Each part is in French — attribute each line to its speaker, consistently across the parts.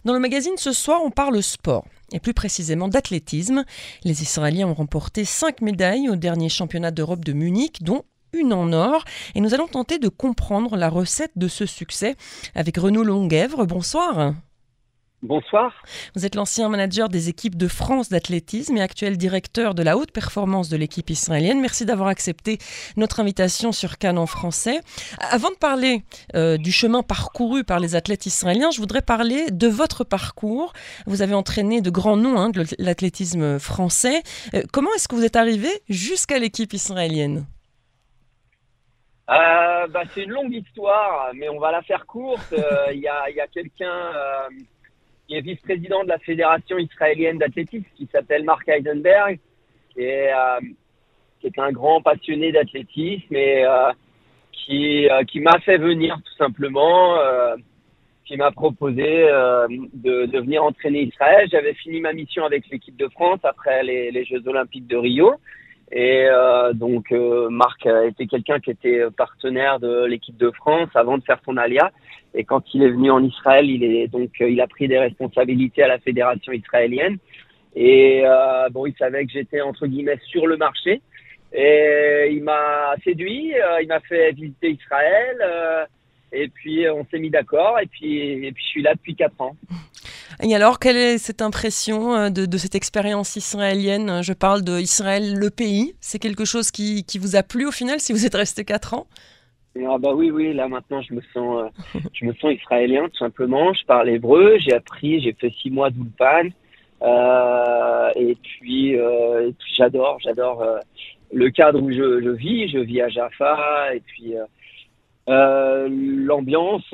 Speaker 1: Dans le magazine ce soir, on parle sport, et plus précisément d'athlétisme. Les Israéliens ont remporté 5 médailles au dernier championnat d'Europe de Munich, dont une en or. Et nous allons tenter de comprendre la recette de ce succès avec Renaud Longuèvre. Bonsoir.
Speaker 2: Bonsoir.
Speaker 1: Vous êtes l'ancien manager des équipes de France d'athlétisme et actuel directeur de la haute performance de l'équipe israélienne. Merci d'avoir accepté notre invitation sur Cannes en français. Avant de parler du chemin parcouru par les athlètes israéliens, je voudrais parler de votre parcours. Vous avez entraîné de grands noms de l'athlétisme français. Comment est-ce que vous êtes arrivé jusqu'à l'équipe israélienne ?
Speaker 2: C'est une longue histoire, mais on va la faire courte. Il y a quelqu'un qui est vice-président de la Fédération israélienne d'athlétisme, qui s'appelle Mark Heisenberg, qui est un grand passionné d'athlétisme et qui m'a fait venir tout simplement, qui m'a proposé de venir entraîner Israël. J'avais fini ma mission avec l'équipe de France après les Jeux Olympiques de Rio. Et donc Marc était quelqu'un qui était partenaire de l'équipe de France avant de faire son alia. Et quand il est venu en Israël, il a pris des responsabilités à la fédération israélienne. Et il savait que j'étais entre guillemets sur le marché. Et il m'a séduit, il m'a fait visiter Israël. Et puis on s'est mis d'accord. Et puis je suis là depuis 4 ans.
Speaker 1: Et alors, quelle est cette impression de cette expérience israélienne ? Je parle d'Israël, le pays. C'est quelque chose qui vous a plu au final, si vous êtes resté 4 ans ?
Speaker 2: Oui, là maintenant je me sens israélien tout simplement. Je parle hébreu, j'ai fait 6 mois d'Ulpan. Et puis j'adore le cadre où je vis à Jaffa. Et puis l'ambiance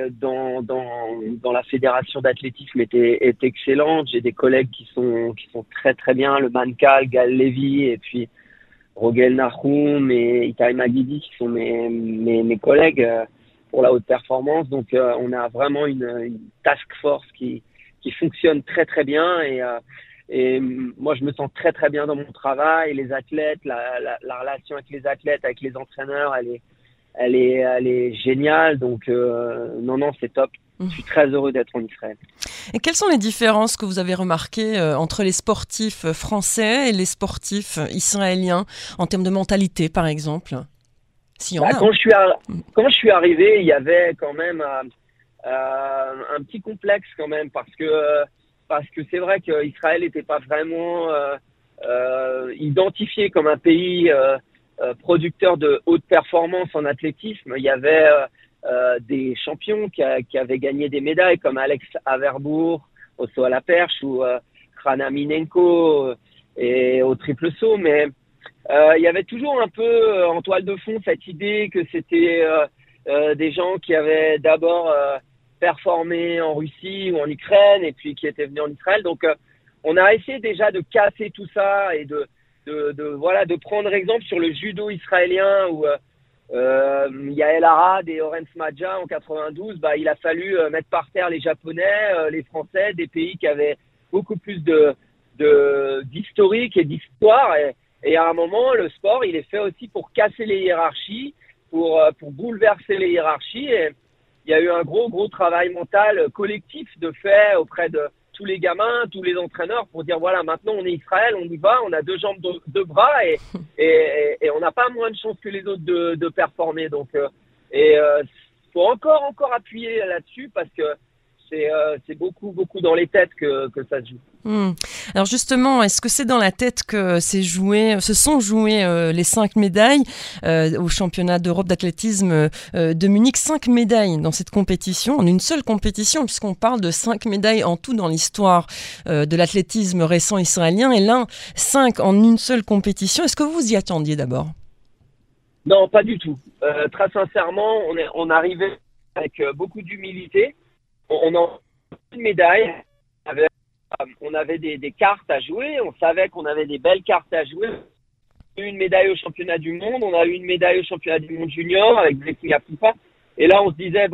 Speaker 2: dans la fédération d'athlétisme est excellente. J'ai des collègues qui sont très très bien, le Mankal, Gal Levy et puis Rogel Nahum et Itai Magidi qui sont mes collègues pour la haute performance. Donc on a vraiment une task force qui fonctionne très très bien et moi je me sens très très bien dans mon travail. Les athlètes, la relation avec les athlètes, avec les entraîneurs, elle est géniale, donc non, c'est top. Je suis très heureux d'être en Israël.
Speaker 1: Et quelles sont les différences que vous avez remarquées entre les sportifs français et les sportifs israéliens en termes de mentalité, par exemple, s'il y en a?
Speaker 2: Quand je suis arrivé, il y avait quand même un petit complexe quand même parce que c'est vrai qu'Israël n'était pas vraiment identifié comme un pays producteur de haute performance en athlétisme. Il y avait des champions qui avaient gagné des médailles comme Alex Averbourg au saut à la perche ou Khana Minenko et au triple saut, mais il y avait toujours un peu en toile de fond cette idée que c'était des gens qui avaient d'abord performé en Russie ou en Ukraine et puis qui étaient venus en Israël. Donc on a essayé déjà de casser tout ça et de prendre exemple sur le judo israélien où Yael Arad et Oren Smadja en 92, il a fallu mettre par terre les Japonais, les Français, des pays qui avaient beaucoup plus d'historique et d'histoire. Et à un moment, le sport, il est fait aussi pour casser les hiérarchies, pour bouleverser les hiérarchies. Et il y a eu un gros travail mental collectif de fait auprès de tous les gamins, tous les entraîneurs pour dire voilà, maintenant on est Israël, on y va, on a 2 jambes, 2 bras et on n'a pas moins de chances que les autres de performer. Donc faut encore appuyer là-dessus parce que c'est beaucoup dans les têtes que ça se joue.
Speaker 1: Alors justement, est-ce que c'est dans la tête que se sont jouées les 5 médailles au championnat d'Europe d'athlétisme de Munich, 5 médailles dans cette compétition, en une seule compétition, puisqu'on parle de 5 médailles en tout dans l'histoire de l'athlétisme récent israélien, et là, 5 en une seule compétition. Est-ce que vous vous y attendiez d'abord ?
Speaker 2: Non, pas du tout. Très sincèrement, on arrivait avec beaucoup d'humilité. On a une médaille, on avait des cartes à jouer, on savait qu'on avait des belles cartes à jouer. On a eu une médaille au championnat du monde, on a eu une médaille au championnat du monde junior avec Blessing à FIFA. Et là, on se disait,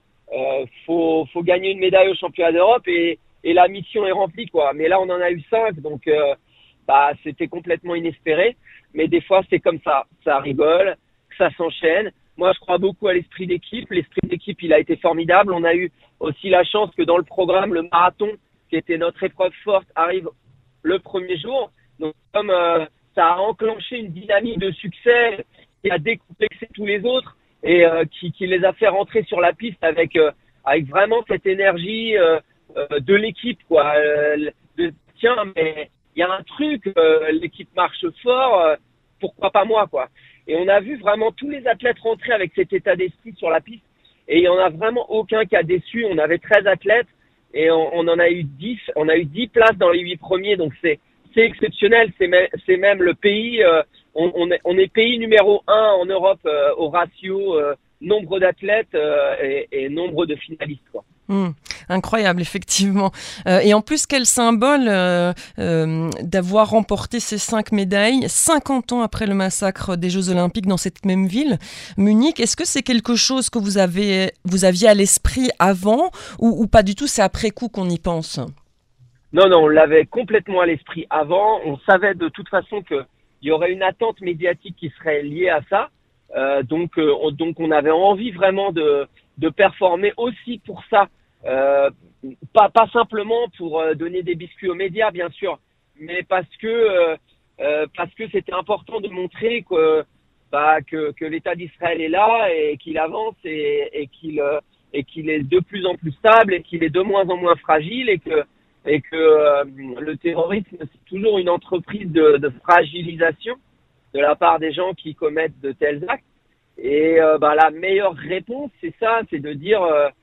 Speaker 2: faut gagner une médaille au championnat d'Europe et la mission est remplie, quoi. Mais là, on en a eu 5, donc c'était complètement inespéré. Mais des fois, c'est comme ça rigole, ça s'enchaîne. Moi, je crois beaucoup à l'esprit d'équipe. L'esprit d'équipe, il a été formidable. On a eu aussi la chance que dans le programme, le marathon, qui était notre épreuve forte, arrive le premier jour. Donc comme ça a enclenché une dynamique de succès qui a décomplexé tous les autres et qui les a fait rentrer sur la piste avec vraiment cette énergie de l'équipe, quoi. Tiens, mais il y a un truc, l'équipe marche fort, pourquoi pas moi, quoi. Et on a vu vraiment tous les athlètes rentrer avec cet état d'esprit sur la piste et il y en a vraiment aucun qui a déçu. On avait 13 athlètes et on en a eu 10, on a eu 10 places dans les 8 premiers, donc c'est exceptionnel, c'est même le pays, on est pays numéro 1 en Europe au ratio nombre d'athlètes et nombre de finalistes, quoi.
Speaker 1: Incroyable, effectivement. Et en plus, quel symbole d'avoir remporté ces 5 médailles 50 ans après le massacre des Jeux Olympiques dans cette même ville, Munich. Est-ce que c'est quelque chose que vous aviez à l'esprit avant ou pas du tout, c'est après coup qu'on y pense?
Speaker 2: Non, on l'avait complètement à l'esprit avant. On savait de toute façon qu'il y aurait une attente médiatique qui serait liée à ça. Donc on avait envie vraiment de performer aussi pour ça. Pas simplement pour donner des biscuits aux médias, bien sûr, mais parce que c'était important de montrer que l'État d'Israël est là et qu'il avance et qu'il est de plus en plus stable et qu'il est de moins en moins fragile et que le terrorisme, c'est toujours une entreprise de fragilisation de la part des gens qui commettent de tels actes. Et la meilleure réponse, c'est ça, c'est de dire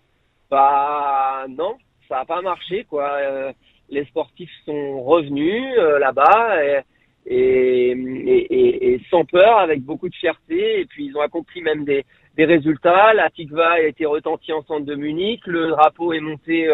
Speaker 2: non, ça n'a pas marché, quoi. Les sportifs sont revenus là-bas et sans peur, avec beaucoup de fierté. Et puis ils ont accompli même des résultats. La Tikva a été retentie en centre de Munich. Le drapeau est monté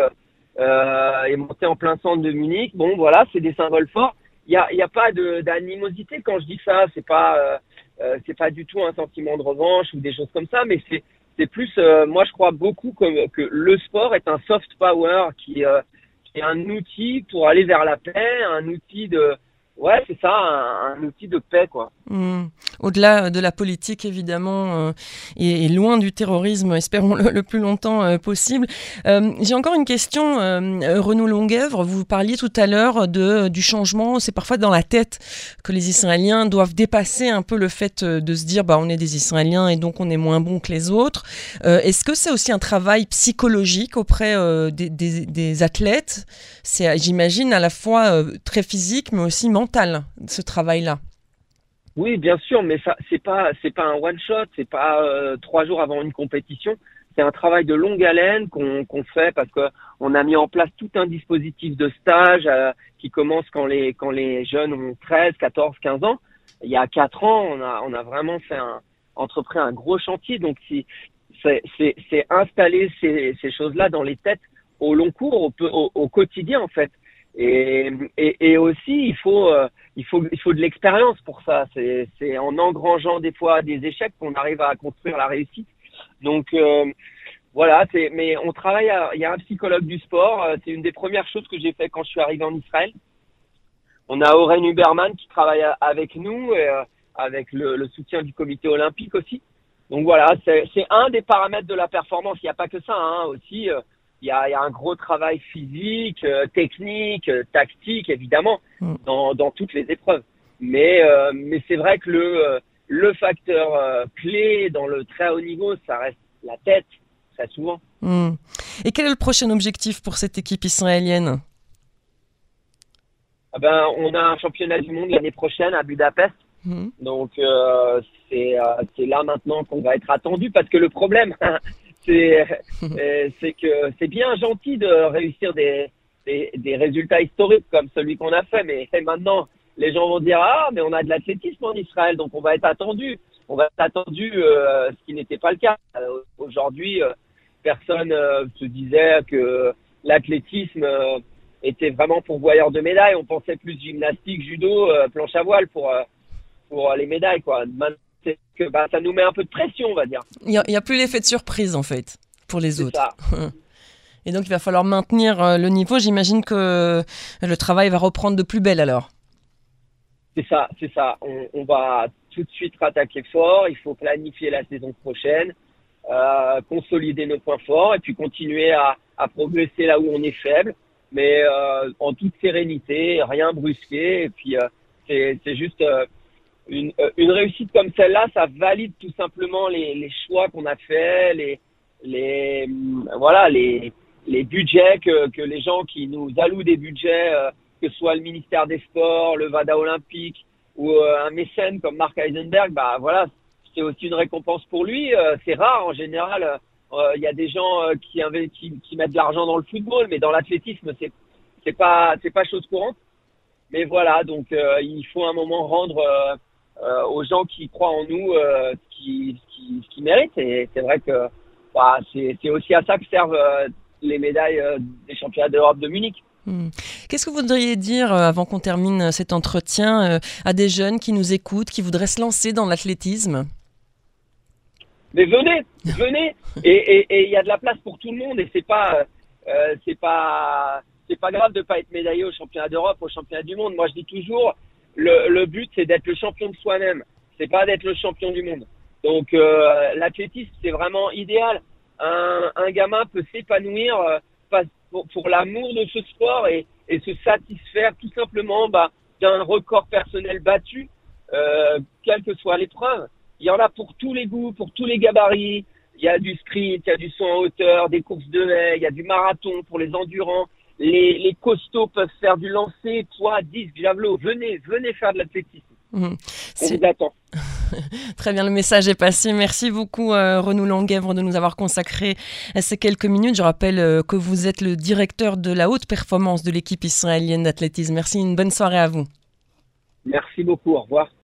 Speaker 2: en plein centre de Munich. Bon, voilà, c'est des symboles forts. Il y a pas d'animosité quand je dis ça. C'est pas du tout un sentiment de revanche ou des choses comme ça, mais c'est plus, moi je crois beaucoup que le sport est un soft power qui est un outil pour aller vers la paix, un outil c'est ça, un outil de paix, quoi.
Speaker 1: Au-delà de la politique, évidemment, et loin du terrorisme, espérons le plus longtemps possible. J'ai encore une question, Renaud Longuèvre. Vous parliez tout à l'heure du changement. C'est parfois dans la tête que les Israéliens doivent dépasser un peu le fait de se dire on est des Israéliens et donc on est moins bon que les autres. Est-ce que c'est aussi un travail psychologique auprès des athlètes? C'est, j'imagine, à la fois très physique, mais aussi mental, ce travail-là.
Speaker 2: Oui, bien sûr, mais ça, c'est pas un one shot, c'est pas 3 jours avant une compétition. C'est un travail de longue haleine qu'on fait parce que on a mis en place tout un dispositif de stage qui commence quand les jeunes ont 13, 14, 15 ans. Il y a 4 ans, on a vraiment entrepris un gros chantier. Donc c'est installer ces choses-là dans les têtes au long cours, au quotidien en fait. Et aussi il faut de l'expérience pour ça. C'est en engrangeant des fois des échecs qu'on arrive à construire la réussite. Donc voilà, mais on travaille. Il y a un psychologue du sport. C'est une des premières choses que j'ai fait quand je suis arrivé en Israël. On a Oren Huberman qui travaille avec nous et avec le soutien du comité olympique aussi. Donc voilà, c'est un des paramètres de la performance. Il n'y a pas que ça, hein, aussi. Il y a un gros travail physique, technique, tactique, évidemment, dans toutes les épreuves. Mais c'est vrai que le facteur clé dans le très haut niveau, ça reste la tête, très souvent.
Speaker 1: Et quel est le prochain objectif pour cette équipe israélienne?
Speaker 2: On a un championnat du monde l'année prochaine à Budapest. Donc c'est là maintenant qu'on va être attendu parce que le problème c'est que c'est bien gentil de réussir des résultats historiques comme celui qu'on a fait, mais maintenant les gens vont dire mais on a de l'athlétisme en Israël, donc on va être attendu, ce qui n'était pas le cas. Aujourd'hui, personne se disait que l'athlétisme était vraiment pourvoyeur de médailles. On pensait plus gymnastique, judo, planche à voile pour les médailles, quoi. Maintenant, c'est que ça nous met un peu de pression, on va dire.
Speaker 1: Il y a plus l'effet de surprise en fait pour les autres.
Speaker 2: C'est ça.
Speaker 1: Et donc il va falloir maintenir le niveau. J'imagine que le travail va reprendre de plus belle alors.
Speaker 2: C'est ça. On va tout de suite rattaquer fort. Il faut planifier la saison prochaine, consolider nos points forts et puis continuer à à progresser là où on est faible, mais en toute sérénité, rien brusqué. Et puis c'est juste une réussite comme celle-là, ça valide tout simplement les choix qu'on a faits, les budgets que les gens qui nous allouent des budgets, que ce soit le ministère des Sports, le VADA Olympique ou un mécène comme Mark Heisenberg, bah voilà, c'est aussi une récompense pour lui. C'est rare en général. Il y a des gens qui mettent de l'argent dans le football, mais dans l'athlétisme, c'est pas chose courante. Mais voilà, donc il faut un moment rendre aux gens qui croient en nous ce qu'ils méritent. Et c'est vrai que c'est aussi à ça que servent les médailles des championnats d'Europe de Munich.
Speaker 1: Qu'est-ce que vous voudriez dire, avant qu'on termine cet entretien, à des jeunes qui nous écoutent, qui voudraient se lancer dans l'athlétisme ?
Speaker 2: Mais venez, et il y a de la place pour tout le monde, et c'est pas grave de pas être médaillé au championnat d'Europe, au championnat du monde. Moi, je dis toujours, le but, c'est d'être le champion de soi-même. C'est pas d'être le champion du monde. Donc, l'athlétisme, c'est vraiment idéal. Un gamin peut s'épanouir pour l'amour de ce sport et se satisfaire tout simplement d'un record personnel battu, quelle que soit l'épreuve. Il y en a pour tous les goûts, pour tous les gabarits. Il y a du sprint, il y a du saut en hauteur, des courses de haies, il y a du marathon pour les endurants. Les costauds peuvent faire du lancer, poids, disque, javelot. Venez faire de l'athlétisme. On vous attend.
Speaker 1: Très bien, le message est passé. Merci beaucoup Renaud Languèvre de nous avoir consacré ces quelques minutes. Je rappelle que vous êtes le directeur de la haute performance de l'équipe israélienne d'athlétisme. Merci, une bonne soirée à vous.
Speaker 2: Merci beaucoup, au revoir.